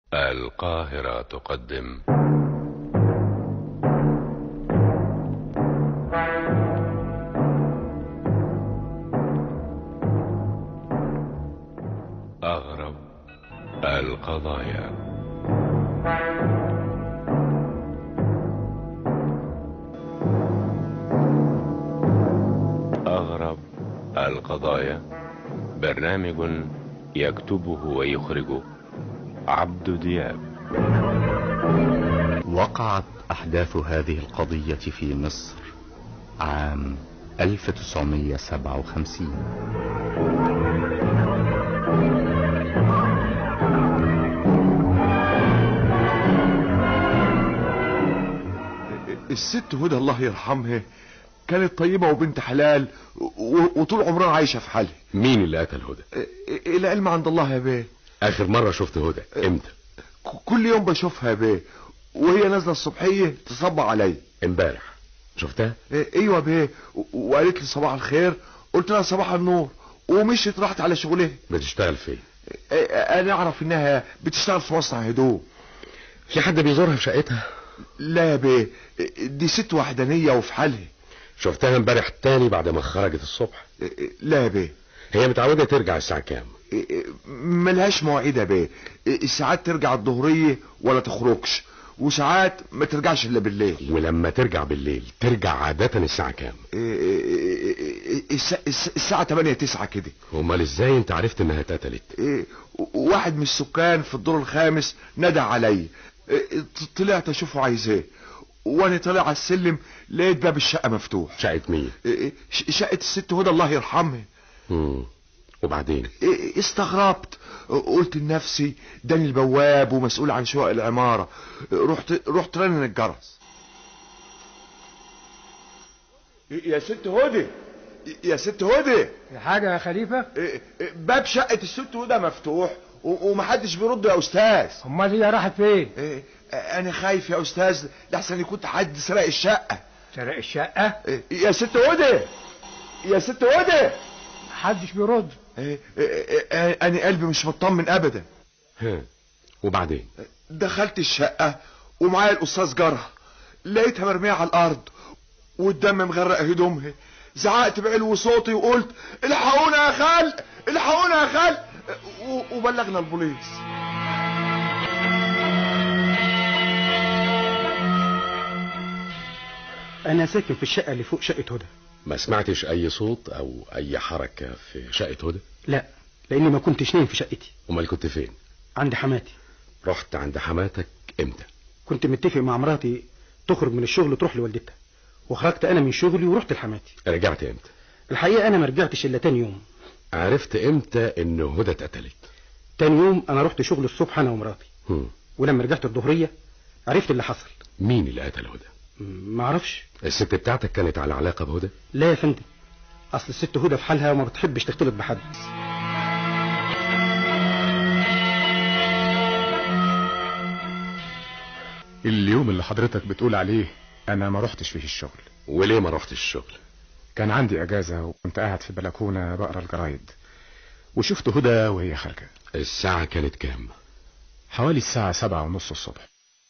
القاهرة تقدم أغرب القضايا. أغرب القضايا برنامج يكتبه ويخرجه عبد دياب. وقعت أحداث هذه القضية في مصر عام 1957. الست هدى الله يرحمها كانت طيبة وبنت حلال وطول عمرها عايشة في حالها. مين اللي قتل هدى؟ العلم عند الله يا بيه. اخر مرة شفت هدى امتى؟ كل يوم بشوفها يا بيه وهي نازلة الصبحية تصبح عليا. امبارح شفتها؟ ايوه بيه، وقالت لي صباح الخير، قلت لها صباح النور ومشيت راحت على شغلها. بتشتغل فين؟ انا اعرف انها بتشتغل في مصنع هدوم. في حد بيزورها في شقتها؟ لا يا بيه، دي ست وحدانية وفي حالها. شفتها امبارح تاني بعد ما خرجت الصبح؟ لا يا بيه. هي متعودة ترجع الساعة كام؟ ملهاش مواعيد يا بيه، ساعات ترجع الظهرية ولا تخرجش، وساعات ما ترجعش الا بالليل. ولما ترجع بالليل ترجع عادة الساعة كام؟ الساعة 8-9 كده. امال ازاي انت عرفت انها اتقتلت؟ واحد من السكان في الدور الخامس ندى علي، طلعت اشوفه عايز ايه، وانا طالع على السلم لقيت باب الشقة مفتوح. شقة مين؟ شقة الست هدى الله يرحمها. وبعدين؟ استغربت، قلت لنفسي داني البواب ومسؤول عن شقق العمارة. رحت رنن الجرس. يا ست هدى، يا ست هدى. حاجة يا خليفة؟ باب شقة الست هدى مفتوح ومحدش بيرد يا استاذ. امال هي راحت فين؟ انا خايف يا استاذ لحسن يكون حد سرق الشقة. سرق الشقة؟ يا ست هدى، يا ست هدى. محدش بيرد. انا قلبي مش مطمن ابدا. وبعدين؟ دخلت الشقة ومعايا الاستاذ جارها، لقيتها مرمية على الارض والدم مغرق هدومها. زعقت بعلو صوتي وقلت الحقونا يا خال، الحقونا يا خال، وبلغنا البوليس. انا ساكن في الشقة اللي فوق شقة هدى. ما سمعتش اي صوت او اي حركة في شقة هدى؟ لا، لاني ما كنتش نايم في شقتي. امال كنت فين؟ عند حماتي. رحت عند حماتك امتى؟ كنت متفق مع مراتي تخرج من الشغل تروح لوالدتها، وخرجت انا من شغلي ورحت لحماتي. رجعت امتى؟ الحقيقة انا ما رجعتش الا تاني يوم. عرفت امتى ان هدى اتقتلت؟ تاني يوم انا رحت شغل الصبح انا ومراتي. ولما رجعت الظهرية عرفت اللي حصل. مين اللي قتل هدى؟ ما اعرفش. الست بتاعتك كانت على علاقة بهدى؟ لا يا فندم، اصل الست هدى في حالها وما بتحبش تختلط بحد. اليوم اللي حضرتك بتقول عليه انا ما رحتش فيه الشغل. وليه ما رحتش الشغل؟ كان عندي اجازة وكنت قاعد في البلكونة بقرا الجرايد وشفت هدى وهي خارجة. الساعة كانت كام؟ حوالي الساعة 7:30 الصبح.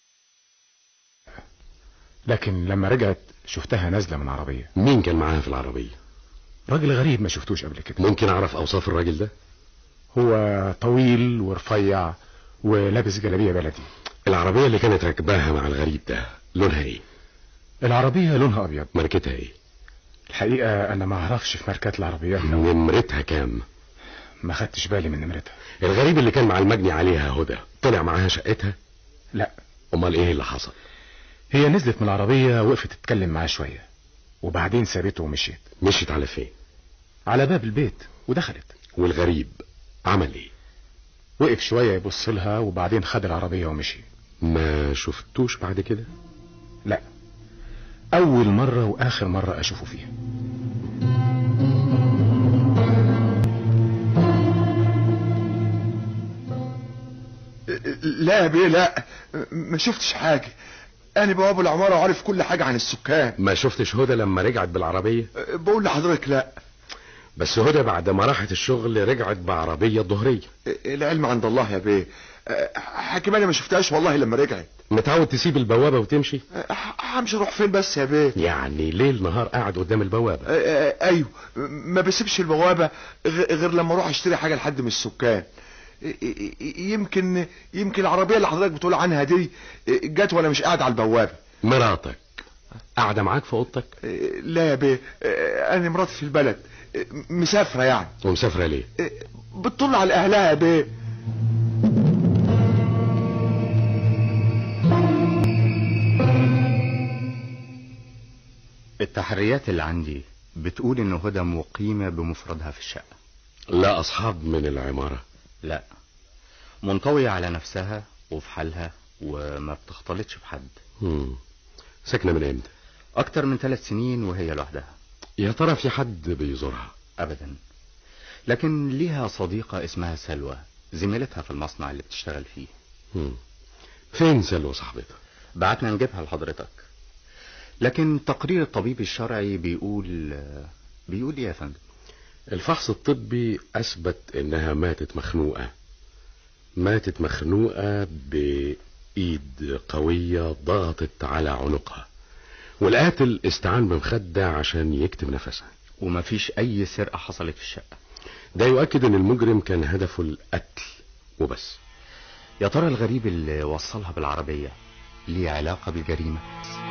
لكن لما رجعت شفتها نازلة من عربية. مين كان معاها في العربية؟ راجل غريب ما شفتوش قبل كده. ممكن اعرف اوصاف الراجل ده؟ هو طويل ورفيع ولابس جلابية بلدي. العربية اللي كانت راكباها مع الغريب ده لونها ايه؟ العربية لونها ابيض. ماركتها ايه؟ الحقيقة انا ما اعرفش في ماركات العربيات. نمرتها كام؟ ما خدتش بالي من نمرتها. الغريب اللي كان مع المجني عليها هدى طلع معاها شقتها؟ لا. امال ايه اللي حصل؟ هي نزلت من العربية وقفت تتكلم معاه شوية وبعدين سابته ومشيت. مشيت على فين؟ على باب البيت ودخلت. والغريب عمل ايه؟ وقف شوية يبص لها وبعدين خد العربية ومشي. ما شفتوش بعد كده؟ لا، اول مرة واخر مرة اشوفه فيها. لا يا بيه، لا ما شفتش حاجة. انا بواب العمارة وعارف كل حاجة عن السكان. ما شفتش هدى لما رجعت بالعربية؟ بقول لحضرتك لا. بس هدى بعد ما راحت الشغل رجعت بعربية الظهرية. العلم عند الله يا بيه، حكيماني ما شفتهاش والله لما رجعت. متعود تسيب البوابة وتمشي؟ همشي اروح فين بس يا بيه؟ يعني ليل نهار قاعد قدام البوابة؟ ايوه، ما بسيبش البوابة غير لما اروح اشتري حاجة لحد من السكان. يمكن العربية اللي حضرتك بتقول عنها دي جت وانا مش قاعد على البوابة. مراتك قاعدة معاك في اوضتك؟ لا يا بيه، انا مراتي في البلد، مسافرة يعني. ومسافرة ليه؟ بتطل على اهلها يا بيه. التحريات اللي عندي بتقول ان هدى مقيمة بمفردها في الشقة. لا اصحاب من العمارة؟ لا، منطوية على نفسها وفي حالها وما بتختلطش بحد. ساكنة من امتى؟ اكتر من 3 سنين وهي لوحدها. يا ترى في حد بيزورها؟ ابدا، لكن ليها صديقة اسمها سلوى، زميلتها في المصنع اللي بتشتغل فيه. فين سلوى صاحبتها؟ بعتنا نجيبها لحضرتك، لكن تقرير الطبيب الشرعي بيقول ايه يا فندم؟ الفحص الطبي اثبت انها ماتت مخنوقة بايد قوية ضغطت على عنقها، والقاتل استعان بمخدة عشان يكتم نفسها. ومفيش اي سرقة حصلت في الشقة. ده يؤكد ان المجرم كان هدفه القتل وبس. يا ترى الغريب اللي وصلها بالعربية ليه علاقة بالجريمة؟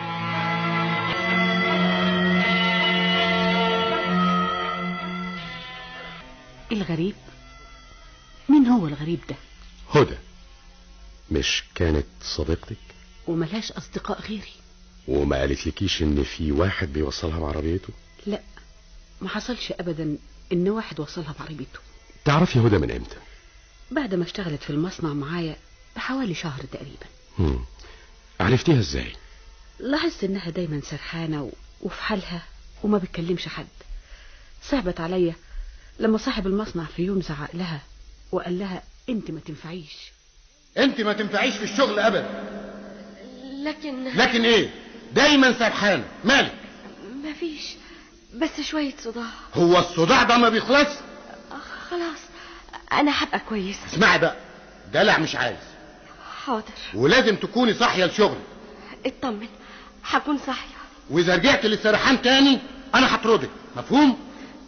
الغريب؟ مين هو الغريب ده؟ هدى مش كانت صديقتك؟ وملهاش اصدقاء غيري. وما قالت لكيش ان في واحد بيوصلها بعربيته؟ لا، ما حصلش ابدا ان واحد وصلها بعربيته. تعرفي هدى من امتى؟ بعد ما اشتغلت في المصنع معايا بحوالي شهر تقريبا. عرفتيها ازاي؟ لاحظت انها دايما سرحانة وفي حالها وما بتكلمش حد. صعبت عليا لما صاحب المصنع في يوم زعق لها وقال لها انت ما تنفعيش. انت ما تنفعيش في الشغل ابدا. لكن ايه؟ دايما سرحانه، مالك؟ مفيش، بس شوية صداع. هو الصداع ده ما بيخلص؟ خلاص انا هبقى كويسة. اسمعي بقى، دلع مش عايز. حاضر. ولازم تكوني صاحية لشغل. اطمن، هكون صاحية. واذا رجعت للسرحان تاني انا هطردك، مفهوم؟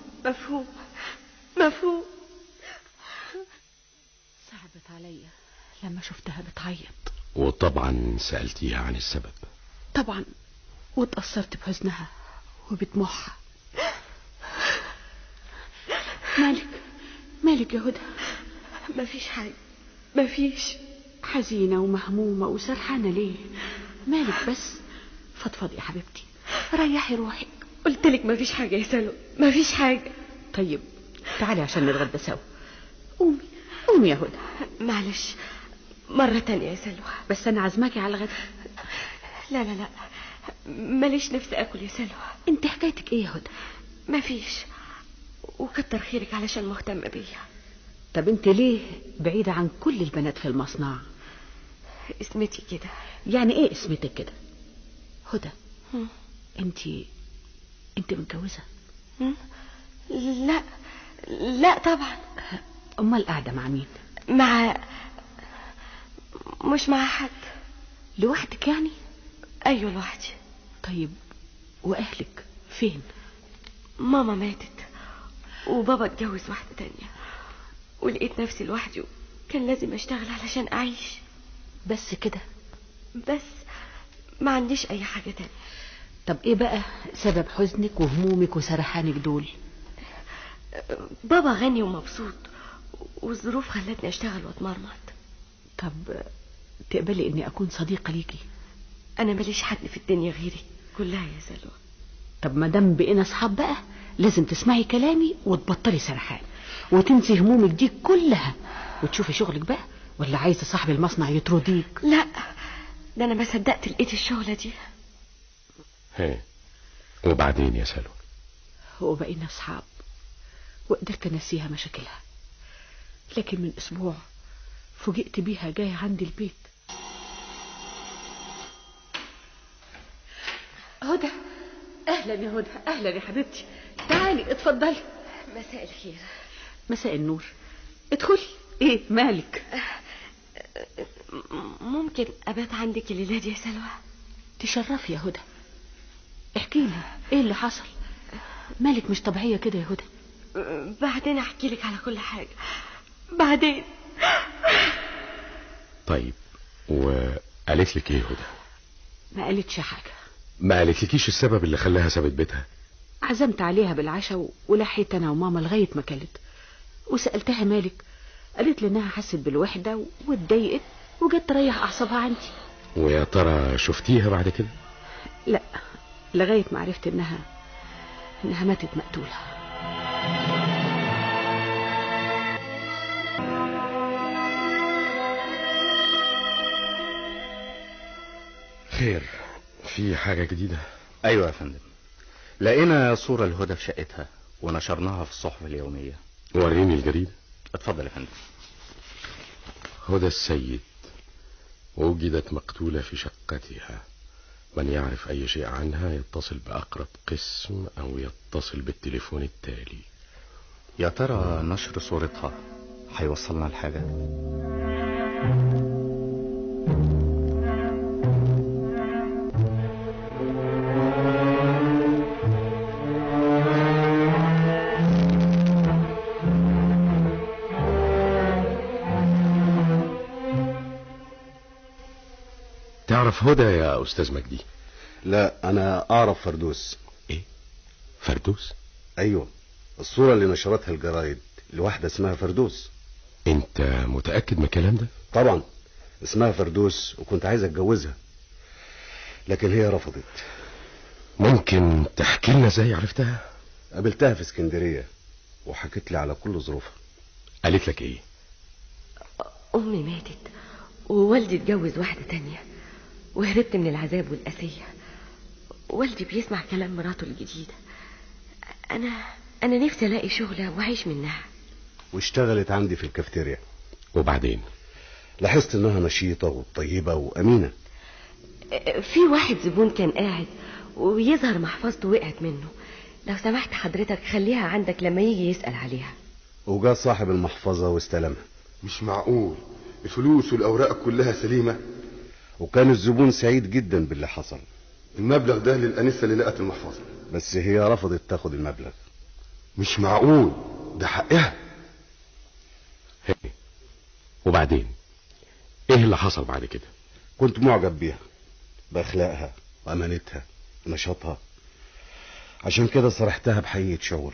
مفهوم. صعبت عليا لما شفتها بتعيط. وطبعا سألتيها عن السبب؟ طبعا، واتأثرت بحزنها وبدموعها. مالك يا هدى؟ مفيش حاجة، مفيش. حزينة ومهمومة وسرحانة ليه؟ مالك بس؟ فضفضي يا حبيبتي، ريحي روحك. قلتلك مفيش حاجة يا سلوى، مفيش حاجة. طيب تعالي عشان نتغدى سوا. قومي يا هدى. معلش، مرة تانية يا سلوى. بس انا عازماكي على الغدا. لا ماليش نفسي اكل يا سلوى. انت حكايتك ايه يا هدى؟ مفيش، وكتر خيرك علشان مهتمة بيا. طب انت ليه بعيدة عن كل البنات في المصنع؟ اسمتي كده. يعني ايه اسمتك كده؟ هدى، انت متجوزة؟ لا طبعا. امال قاعدة مع مين؟ مش مع حد. لوحدك يعني؟ ايوه لوحدي. طيب واهلك فين؟ ماما ماتت وبابا اتجوز واحدة تانية، ولقيت نفسي لوحدي وكان لازم اشتغل علشان اعيش. بس كده؟ بس ما عنديش اي حاجة تانية. طب ايه بقى سبب حزنك وهمومك وسرحانك دول؟ بابا غني ومبسوط، والظروف خلتني اشتغل واتمرمط. طب تقبلي اني اكون صديقة ليكي؟ انا ماليش حد في الدنيا غيري كلها يا سلوى. طب ما دام بقينا اصحاب بقى لازم تسمعي كلامي وتبطلي سرحان وتنسي همومك دي كلها وتشوفي شغلك بقى، ولا عايزه صاحب المصنع يطرديك؟ لا، ده انا ما صدقت لقيت الشغله دي. وبعدين يا سلوى؟ وبقينا اصحاب وقدرت انسيها مشاكلها، لكن من اسبوع فوجئت بيها جايه عندي البيت. هدى، اهلا يا هدى. اهلا يا حبيبتي، تعالي اتفضلي. مساء الخير. مساء النور، ادخلي. ايه مالك؟ ممكن ابات عندك الليله دي يا سلوى؟ تشرفي يا هدى. احكي لي ايه اللي حصل؟ مالك مش طبيعيه كده يا هدى؟ بعدين احكي لك على كل حاجه بعدين. طيب وقالت لك ايه هدى؟ ما قالتش حاجه. ما قالتلكيش السبب اللي خلاها سابت بيتها؟ عزمت عليها بالعشاء ولحيت انا وماما لغايه ما كلت، وسالتها مالك، قالت لي انها حست بالوحده واتضايقت وجت تريح اعصابها عندي. ويا ترى شفتيها بعد كده؟ لا، لغايه ما عرفت انها ماتت مقتوله. خير، في حاجه جديده؟ ايوه يا فندم، لقينا صورة لهدى في شقتها ونشرناها في الصحف اليومية. وريني الجريدة. اتفضل يا فندم. هدى السيد وجدت مقتولة في شقتها، من يعرف أي شيء عنها يتصل بأقرب قسم أو يتصل بالتليفون التالي. يا ترى نشر صورتها هيوصلنا لحاجة؟ تعرف هدى يا أستاذ مجدي؟ لا، أنا أعرف فردوس. إيه؟ فردوس؟ أيوة، الصورة اللي نشرتها الجرايد لواحدة اسمها فردوس. أنت متأكد من الكلام ده؟ طبعا، اسمها فردوس وكنت عايز أتجوزها، لكن هي رفضت. ممكن تحكي لنا ازاي عرفتها؟ قابلتها في اسكندرية وحكت لي على كل ظروفها. قالت لك ايه؟ امي ماتت ووالدي اتجوز واحدة تانية وهربت من العذاب والقاسية. والدي بيسمع كلام مراته الجديدة. انا نفسي الاقي شغلة واعيش منها. واشتغلت عندي في الكافتيريا. وبعدين لاحظت انها نشيطة وطيبة وامينة. في واحد زبون كان قاعد ويظهر محفظته وقعت منه، لو سمحت حضرتك خليها عندك لما يجي يسأل عليها. وجاء صاحب المحفظة واستلمها. مش معقول، الفلوس والأوراق كلها سليمة؟ وكان الزبون سعيد جدا باللي حصل. المبلغ ده للأنسة اللي لقت المحفظة، بس هي رفضت تاخد المبلغ. مش معقول، ده حقها. وبعدين ايه اللي حصل بعد كده؟ كنت معجب بيها، بأخلاقها وأمانتها ونشاطها، عشان كده صرحتها بحقيقة شغل.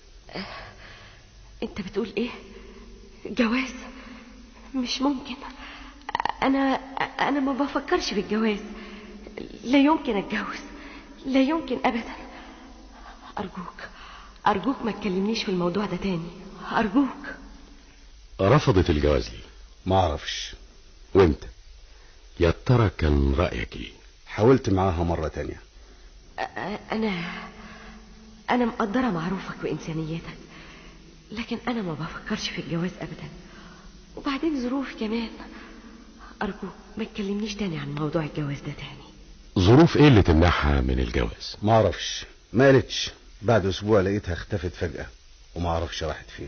انت بتقول ايه؟ جواز؟ مش ممكن. انا ما بفكرش بالجواز، لا يمكن اتجوز، لا يمكن ابدا. ارجوك ما تكلمنيش في الموضوع ده تاني، ارجوك. رفضت الجواز ليه؟ ما اعرفش. وانت يا ترى كان رأيك ايه؟ حاولت معاها مرة تانية. انا مقدرة معروفك وانسانيتك، لكن انا ما بفكرش في الجواز ابدا، وبعدين ظروف كمان. ارجوك ما تكلمنيش تاني عن موضوع الجواز ده تاني. ظروف ايه اللي تمنعها من الجواز؟ ما اعرفش، ما قالتش. بعد اسبوع لقيتها اختفت فجأة وما اعرفش راحت فين.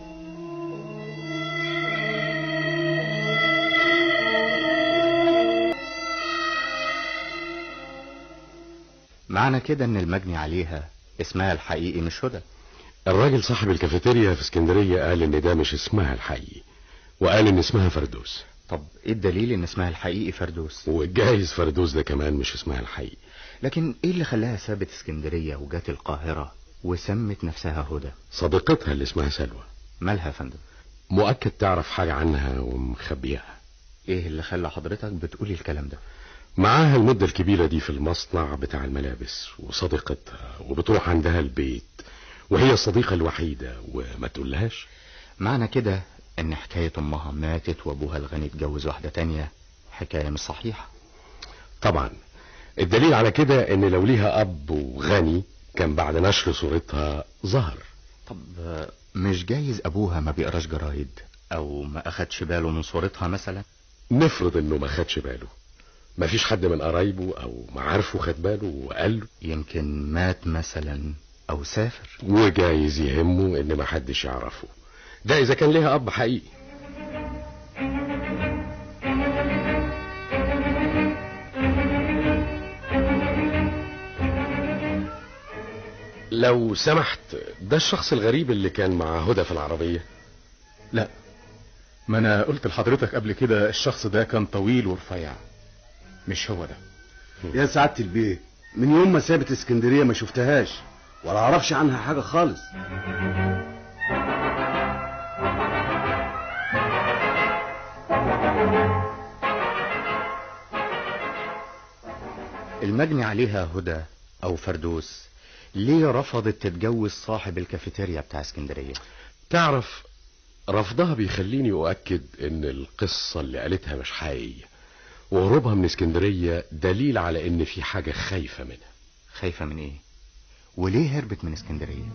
معنى كده ان المجني عليها اسمها الحقيقي مش هدى؟ الراجل صاحب الكافيتيريا في اسكندرية قال ان ده مش اسمها الحقيقي، وقال ان اسمها فردوس. طب ايه الدليل ان اسمها الحقيقي فردوس؟ وجايز فردوس ده كمان مش اسمها الحقيقي. لكن ايه اللي خلاها سابت اسكندرية وجات القاهرة وسمت نفسها هدى؟ صديقتها اللي اسمها سلوى. مالها يا فندم؟ مؤكد تعرف حاجة عنها ومخبيها. ايه اللي خلى حضرتك بتقولي الكلام ده؟ معاها المدة الكبيرة دي في المصنع بتاع الملابس، وصديقتها وبتروح عندها البيت، وهي الصديقة الوحيدة وما تقولهاش. معنى كده ان حكاية امها ماتت وابوها الغني اتجوز واحدة تانية حكاية مش صحيحة. طبعا الدليل على كده ان لو ليها اب وغني كان بعد نشر صورتها ظهر. طب مش جايز ابوها ما بيقراش جرايد او ما اخدش باله من صورتها مثلا؟ نفرض انه ما خدش باله، ما فيش حد من قرايبه او معارفه خد باله وقال له؟ يمكن مات مثلا او سافر. وجايز يهمه ان ما حدش يعرفه، ده اذا كان ليها اب حقيقي. لو سمحت، ده الشخص الغريب اللي كان مع هدى في العربية؟ لا، ما انا قلت لحضرتك قبل كده الشخص ده كان طويل ورفيع، مش هو ده. يا سعادة البيه، من يوم ما سابت اسكندرية ما شفتهاش ولا اعرفش عنها حاجة خالص. المجني عليها هدى او فردوس ليه رفضت تتجوز صاحب الكافيتيريا بتاع اسكندرية؟ تعرف، رفضها بيخليني أؤكد إن القصة اللي قالتها مش حقيقية، وهروبها من اسكندرية دليل على إن في حاجة خايفة منها. خايفة من إيه؟ وليه هربت من اسكندرية؟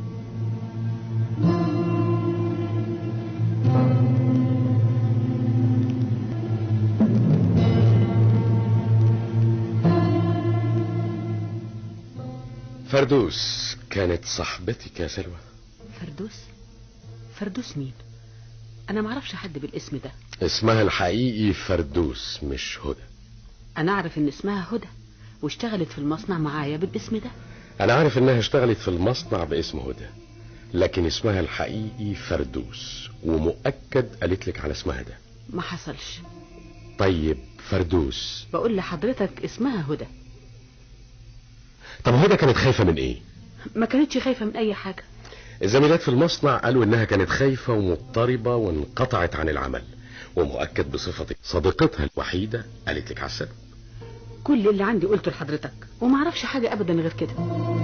فردوس كانت صاحبتك يا سلوى؟ فردوس؟ فردوس مين؟ انا معرفش حد بالاسم ده. اسمها الحقيقي فردوس مش هدى. انا اعرف ان اسمها هدى واشتغلت في المصنع معايا بالاسم ده. انا عارف انها اشتغلت في المصنع باسم هدى، لكن اسمها الحقيقي فردوس، ومؤكد قالت لك على اسمها ده. ما حصلش. طيب فردوس، بقول لحضرتك اسمها هدى. طب هدى كانت خايفة من ايه؟ ما كانتش خايفة من اي حاجة. الزميلات في المصنع قالوا انها كانت خايفة ومضطربة وانقطعت عن العمل، ومؤكد بصفتك صديقتها الوحيدة قالت لك على السبب. كل اللي عندي قلته لحضرتك وما اعرفش حاجة ابدا غير كده.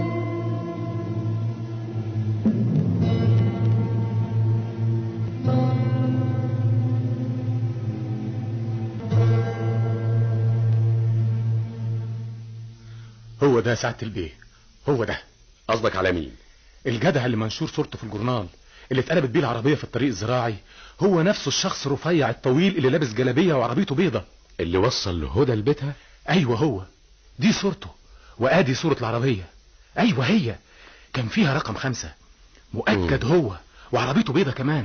هو ده سعادة البيه، هو ده. قصدك على مين؟ الجدع اللي منشور صورته في الجورنال، اللي اتقلبت بيه العربية في الطريق الزراعي، هو نفسه الشخص رفيع الطويل اللي لابس جلابية وعربيته بيضة، اللي وصل لهدى لبيتها. ايوه هو، دي صورته، وادي صورة العربية. ايوه هي، كان فيها رقم 5 مؤكد. هو وعربيته بيضة كمان.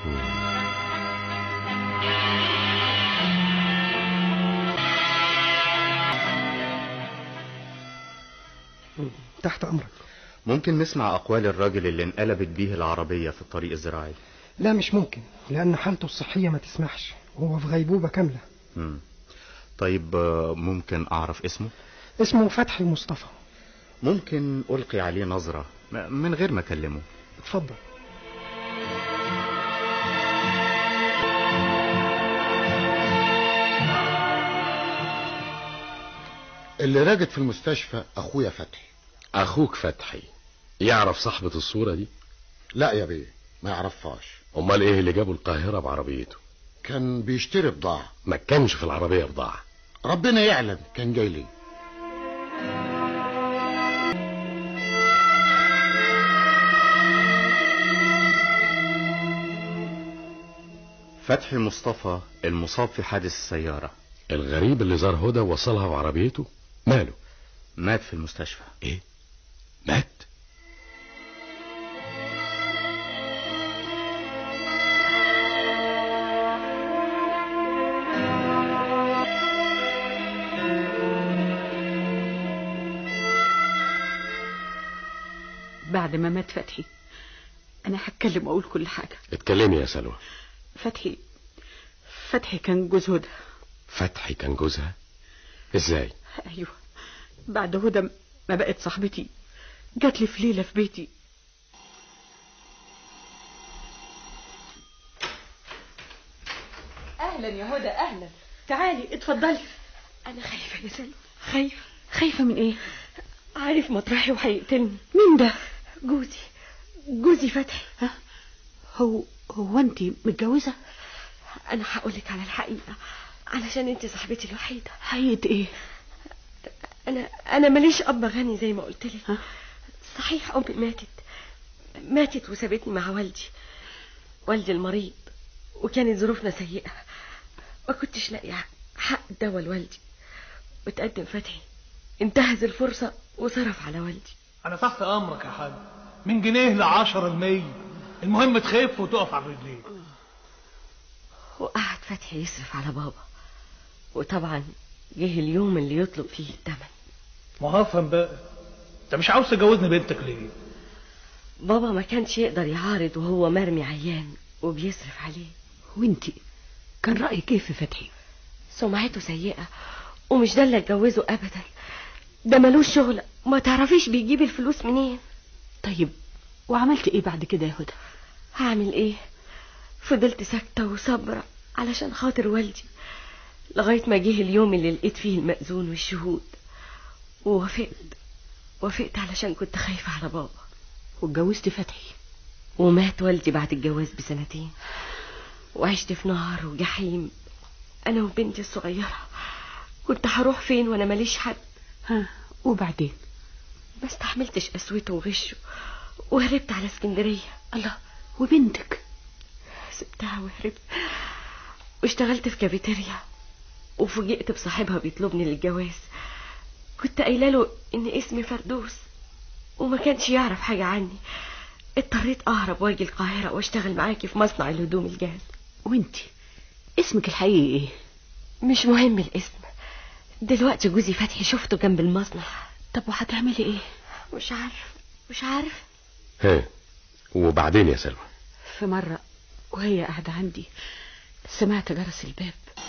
تحت امرك. ممكن نسمع اقوال الراجل اللي انقلبت بيه العربية في الطريق الزراعي؟ لا مش ممكن، لان حالته الصحية ما تسمحش، هو في غيبوبة كاملة. طيب ممكن اعرف اسمه؟ اسمه فتحي مصطفى. ممكن القي عليه نظرة من غير ما اكلمه؟ اتفضل. اللي راجد في المستشفى اخويا فتحي. اخوك فتحي يعرف صاحبة الصورة دي؟ لا يا بيه، ما يعرفهاش. امال ايه اللي جابه القاهرة بعربيته؟ كان بيشتري بضاعة. ما كانش في العربية بضاعة. ربنا يعلم كان جاي ليه. فتحي مصطفى المصاب في حادث السيارة. الغريب اللي زار هدى وصلها بعربيته ماله؟ مات في المستشفى. ايه؟ مات؟ بعد ما مات فتحي انا هتكلم واقول كل حاجة. اتكلمي يا سلوى. فتحي كان جوز هدى. فتحي كان جوزها؟ ازاي؟ ايوه، بعد هدى ما بقت صاحبتي جات لي في ليلة في بيتي. اهلا يا هدى، اهلا. تعالي اتفضلي. انا خايفة يا سلوى. خايفة من ايه؟ عارف مطرحي وهيقتلني. مين ده؟ جوزي فتحي. هو انت متجوزة؟ انا هقولك على الحقيقة علشان انت صاحبتي الوحيدة. حقيقة ايه؟ انا ماليش اب غني زي ما قلتلك. صحيح امي ماتت وسابتني مع والدي المريض، وكانت ظروفنا سيئة، ما كنتش لاقيه حق دواء لوالدي، وتقدم فتحي انتهز الفرصة وصرف على والدي. انا تحت امرك يا حاج، من جنيه ل10 ل100، المهم تخف وتقف على رجليك. وقعد فتحي يصرف على بابا، وطبعا جه اليوم اللي يطلب فيه الثمن. ما هفهم بقى، انت مش عاوز تجوزني بنتك ليه؟ بابا ما كانش يقدر يعارض وهو مرمي عيان وبيصرف عليه. وانتي كان رأيك ايه في فتحي؟ سمعته سيئة ومش ده اللي اتجوزه ابدا، ده ملوش شغل، ما تعرفيش بيجيب الفلوس منين. طيب وعملت ايه بعد كده يا هدى؟ هعمل ايه؟ فضلت ساكتة وصبرة علشان خاطر والدي لغاية ما جه اليوم اللي لقيت فيه المأذون والشهود، ووافقت علشان كنت خايفة على بابا. واتجوزت فتحي ومات والدي بعد الجواز ب2 وعشت في نار وجحيم انا وبنتي الصغيرة. كنت هروح فين وانا ماليش حد؟ ها وبعدين؟ ما استحملتش قسوته وغشه وهربت على اسكندرية. الله، وبنتك؟ سبتها وهربت واشتغلت في كافيتيريا وفوجئت بصاحبها بيطلبني للجواز. كنت قايله له ان اسمي فردوس وما كانش يعرف حاجة عني. اضطريت اهرب واجي القاهرة واشتغل معاكي في مصنع الهدوم الجاهز. وانتي اسمك الحقيقي ايه؟ مش مهم الاسم، دلوقتي جوزي فتحي شفته جنب المصنع. طب وهتعملي ايه؟ مش عارف. ها وبعدين يا سلوى؟ في مرة وهي قاعدة عندي سمعت جرس الباب.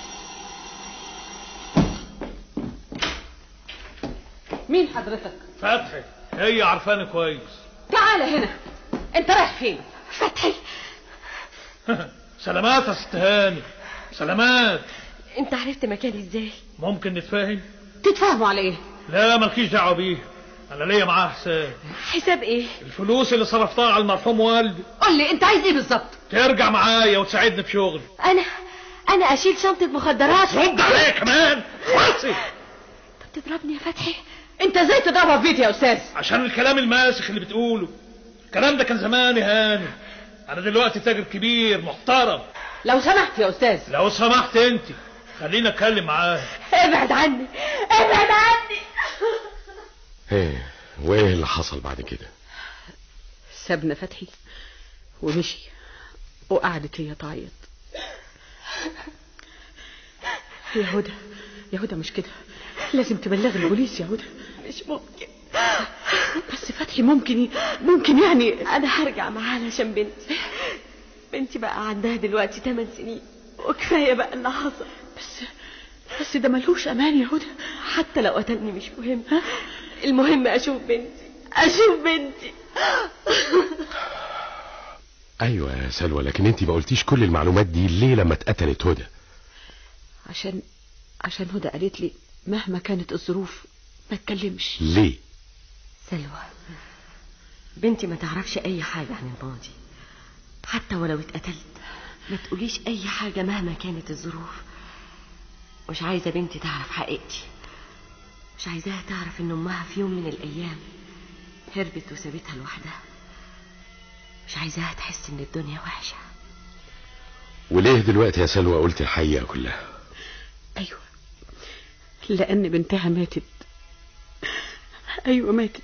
مين حضرتك؟ فتحي، هي عارفاني كويس. تعال هنا، انت رايح فين؟ فتحي. سلامات يا ست هاني، سلامات. انت عرفت مكاني ازاي؟ ممكن نتفاهم؟ تتفاهموا على ايه؟ لا مالكيش دعوه بيه، انا ليا معاه حساب. حساب ايه؟ الفلوس اللي صرفتها على المرحوم والدي. قول لي انت عايز ايه بالظبط؟ ترجع معايا وتساعدني في شغلي. انا اشيل شنطة مخدرات؟ رد عليا كمان. طب تضربني يا فتحي؟ انت ازاي تضربها في بيتي يا استاذ؟ عشان الكلام الماسخ اللي بتقوله. الكلام ده كان زمان يا هاني، انا دلوقتي تاجر كبير محترم. لو سمحت يا استاذ. لو سمحت انت خليني اتكلم معاه. ابعد عني. ايه وايه اللي حصل بعد كده؟ سابنا فتحي ومشي وقعدت هي تعيط. يا هدى مش كده، لازم تبلغ البوليس يا هدى. مش ممكن. بس فتحي ممكن يعني. انا هرجع معاه علشان بنتي بقى عندها دلوقتي 8 سنين وكفايه بقى اللي حصل. بس ده ملوش امان يا هدى. حتى لو قتلني مش مهم، المهم اشوف بنتي. ايوه يا سلوى، لكن انتي ما قلتيش كل المعلومات دي ليه لما اتقتلت هدى؟ عشان هدى قالت لي مهما كانت الظروف ما اتكلمش. ليه؟ سلوى، بنتي ما تعرفش اي حاجة عن الماضي، حتى ولو اتقتلت ما تقوليش اي حاجة مهما كانت الظروف. مش عايزة بنتي تعرف حقيقتي، مش عايزاها تعرف ان امها في يوم من الايام هربت وسابتها لوحدها. مش عايزاها تحس ان الدنيا وحشة. وليه دلوقتي يا سلوى قلت الحقيقة كلها؟ ايوه، لان بنتها ماتت. ايوه ماتت.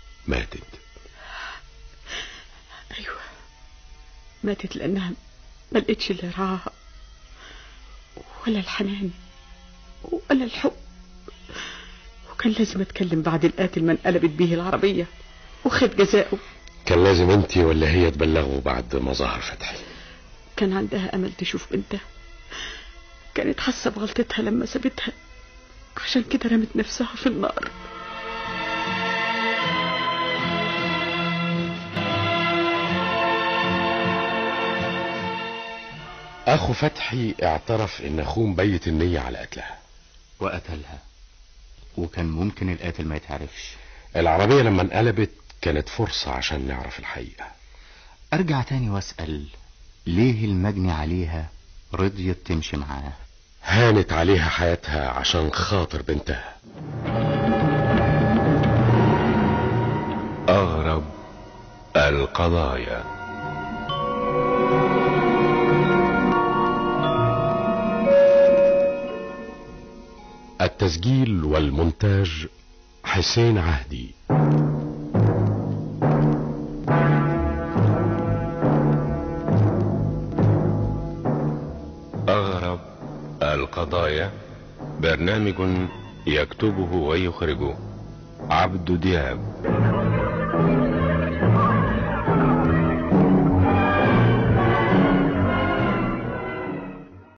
ايوه ماتت لانها ما لقيتش اللي رعاها ولا الحنان ولا الحب. وكان لازم اتكلم بعد القاتل ما انقلبت بيه العربية وخد جزاؤه. كان لازم انتي ولا هي تبلغوا بعد ما ظهر فتحي؟ كان عندها امل تشوف بنتها، كانت حاسة بغلطتها لما سابتها، عشان كده رمت نفسها في النار. اخو فتحي اعترف ان اخوه مبيت النية على قتلها وقتلها، وكان ممكن القاتل ما يتعرفش. العربية لما انقلبت كانت فرصة عشان نعرف الحقيقة. ارجع تاني واسأل، ليه المجني عليها رضيت تمشي معاه؟ هانت عليها حياتها عشان خاطر بنتها. أغرب القضايا. التسجيل والمونتاج حسين عهدي. أغرب القضايا برنامج يكتبه ويخرجه عبد دياب.